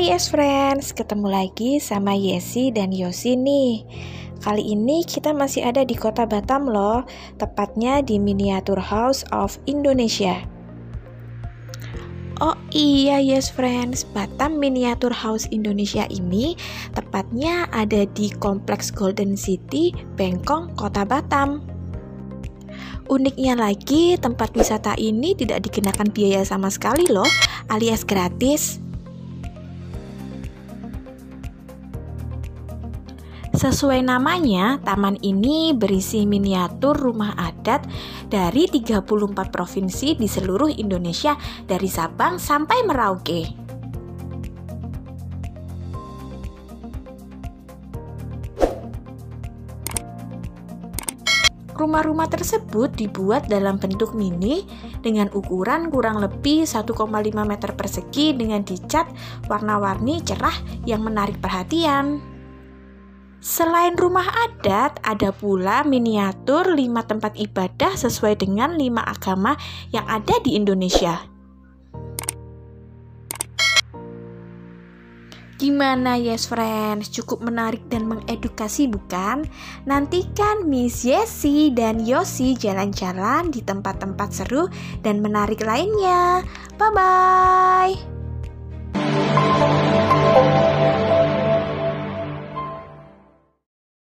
Hai yes friends, ketemu lagi sama Yesi dan Yosi nih. Kali ini kita masih ada di kota Batam loh, tepatnya di Miniatur House of Indonesia. Oh iya yes friends, Batam Miniatur House Indonesia ini tepatnya ada di Kompleks Golden City, Bengkong, Kota Batam. Uniknya lagi, tempat wisata ini tidak dikenakan biaya sama sekali loh, alias gratis. Sesuai namanya, taman ini berisi miniatur rumah adat dari 34 provinsi di seluruh Indonesia, dari Sabang sampai Merauke. Rumah-rumah tersebut dibuat dalam bentuk mini dengan ukuran kurang lebih 1,5 meter persegi dengan dicat warna-warni cerah yang menarik perhatian. Selain rumah adat, ada pula miniatur 5 tempat ibadah sesuai dengan 5 agama yang ada di Indonesia. Gimana yes friends, cukup menarik dan mengedukasi bukan? Nantikan Miss Yesi dan Yosi jalan-jalan di tempat-tempat seru dan menarik lainnya. Bye-bye!